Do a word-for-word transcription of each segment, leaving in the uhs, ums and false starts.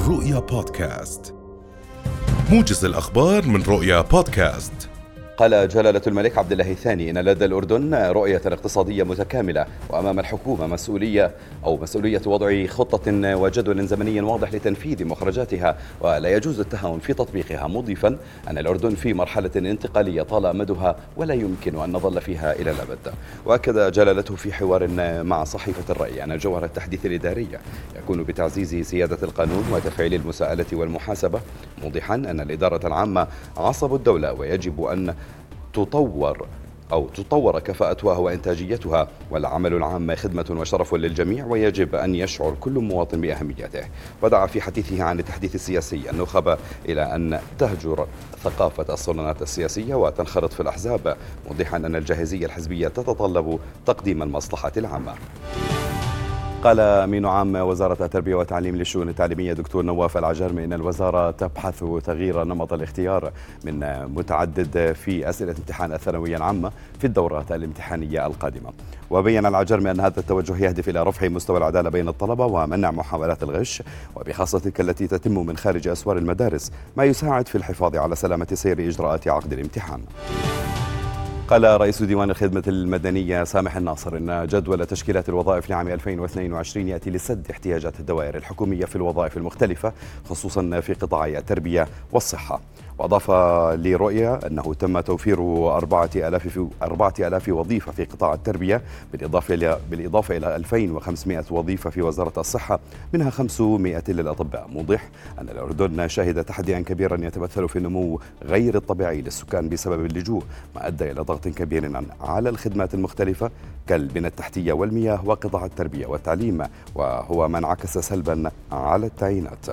رؤيا بودكاست، موجز الأخبار من رؤيا بودكاست. قال جلالة الملك عبد الله الثاني إن لدى الأردن رؤية اقتصادية متكاملة، وأمام الحكومة مسؤولية أو مسؤولية وضع خطة وجدول زمني واضح لتنفيذ مخرجاتها، ولا يجوز التهاون في تطبيقها، مضيفا أن الأردن في مرحلة انتقالية طال أمدها ولا يمكن أن نظل فيها إلى الأبد. وأكد جلالته في حوار مع صحيفة الرأي أن جوهر التحديث الإداري يكون بتعزيز سيادة القانون وتفعيل المساءلة والمحاسبة، موضحا أن الإدارة العامة عصب الدولة ويجب أن تطور أو تطور كفاءتها وإنتاجيتها، والعمل العام خدمة وشرف للجميع ويجب أن يشعر كل مواطن بأهميته. ودعا في حديثه عن التحديث السياسي النخبة إلى أن تهجر ثقافة الصالونات السياسية وتنخرط في الأحزاب، موضحا أن الجاهزية الحزبية تتطلب تقديم المصلحة العامة. قال أمين عام وزارة التربية والتعليم للشؤون التعليمية دكتور نواف العجرمي إن الوزارة تبحث تغيير نمط الاختيار من متعدد في أسئلة امتحان الثانوية العامة في الدورات الامتحانية القادمة. وبين العجرمي أن هذا التوجه يهدف إلى رفع مستوى العدالة بين الطلبة ومنع محاولات الغش، وبخاصة تلك التي تتم من خارج أسوار المدارس، ما يساعد في الحفاظ على سلامة سير إجراءات عقد الامتحان. قال رئيس ديوان الخدمة المدنية سامح الناصر إن جدول تشكيلات الوظائف لعام ألفين واثنين وعشرين يأتي لسد احتياجات الدوائر الحكومية في الوظائف المختلفة، خصوصا في قطاعي التربية والصحة. وأضاف لرؤية أنه تم توفير أربعة آلاف في أربعة آلاف وظيفة في قطاع التربية، بالإضافة إلى بالإضافة إلى ألفين وخمسمائة وظيفة في وزارة الصحة، منها خمسمائة للأطباء، موضح أن الأردن شهد تحديا كبيرا يتمثل في النمو غير الطبيعي للسكان بسبب اللجوء، ما أدى إلى ضغط كبير على الخدمات المختلفة كالبنى التحتية والمياه وقطاع التربية والتعليم، وهو ما انعكس سلبا على التعيينات.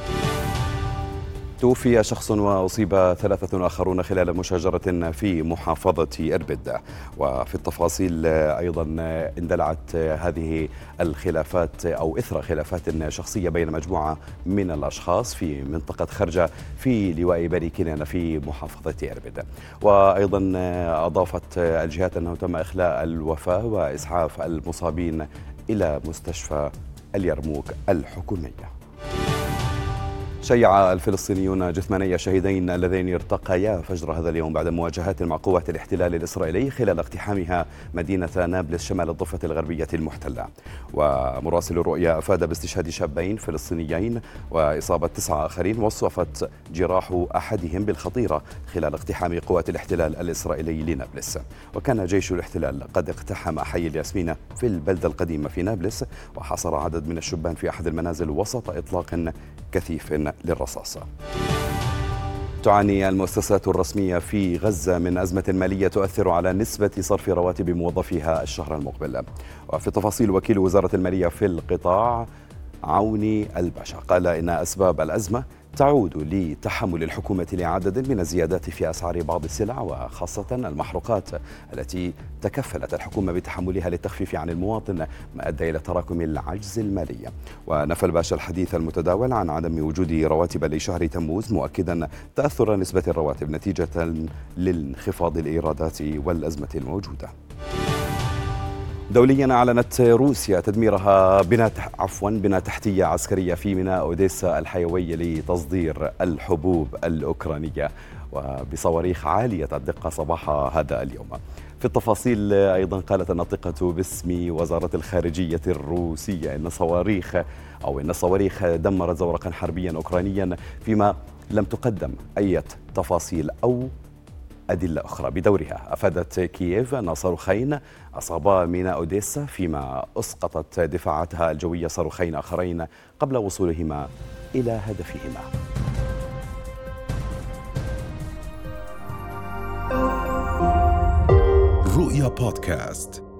توفي شخص وأصيب ثلاثة آخرون خلال مشاجرة في محافظة إربد. وفي التفاصيل أيضا اندلعت هذه الخلافات أو إثر خلافات شخصية بين مجموعة من الأشخاص في منطقة خرجة في لواء بني كنانة في محافظة إربد. وأيضا أضافت الجهات أنه تم إخلاء الوفاة وإسعاف المصابين إلى مستشفى اليرموك الحكومية. شيع الفلسطينيون جثماني شهيدين اللذين ارتقيا فجر هذا اليوم بعد مواجهات مع قوات الاحتلال الإسرائيلي خلال اقتحامها مدينة نابلس شمال الضفة الغربية المحتلة. ومراسل الرؤيا أفاد باستشهاد شابين فلسطينيين وإصابة تسعة آخرين، وصفت جراح أحدهم بالخطيرة خلال اقتحام قوات الاحتلال الإسرائيلي لنابلس. وكان جيش الاحتلال قد اقتحم حي الياسمين في البلدة القديمة في نابلس، وحاصر عدد من الشبان في أحد المنازل وسط إطلاق كثيف للرصاص. تعاني المؤسسات الرسمية في غزة من أزمة مالية تؤثر على نسبة صرف رواتب موظفيها الشهر المقبل. وفي تفاصيل وكيل وزارة المالية في القطاع عوني الباشا قال إن أسباب الأزمة تعود لتحمل الحكومة لعدد من الزيادات في أسعار بعض السلع، وخاصة المحروقات التي تكفلت الحكومة بتحملها للتخفيف عن المواطن، ما أدى إلى تراكم العجز المالي. ونفى الباشا الحديث المتداول عن عدم وجود رواتب لشهر تموز، مؤكدا تأثر نسبة الرواتب نتيجة لانخفاض الإيرادات والأزمة الموجودة. دوليا أعلنت روسيا تدميرها بناء عفوا بناء تحتية عسكرية في ميناء أوديسا الحيوي لتصدير الحبوب الأوكرانية، وبصواريخ عالية الدقة صباح هذا اليوم. في التفاصيل أيضا قالت الناطقة باسم وزارة الخارجية الروسية إن صواريخ أو إن الصواريخ دمرت زورقا حربيا أوكرانيا، فيما لم تقدم أي تفاصيل أو أدلة أخرى. بدورها أفادت كييف أن صاروخين أصابا ميناء أوديسا، فيما أسقطت دفاعاتها الجوية صاروخين آخرين قبل وصولهما إلى هدفهما. رؤيا بودكاست.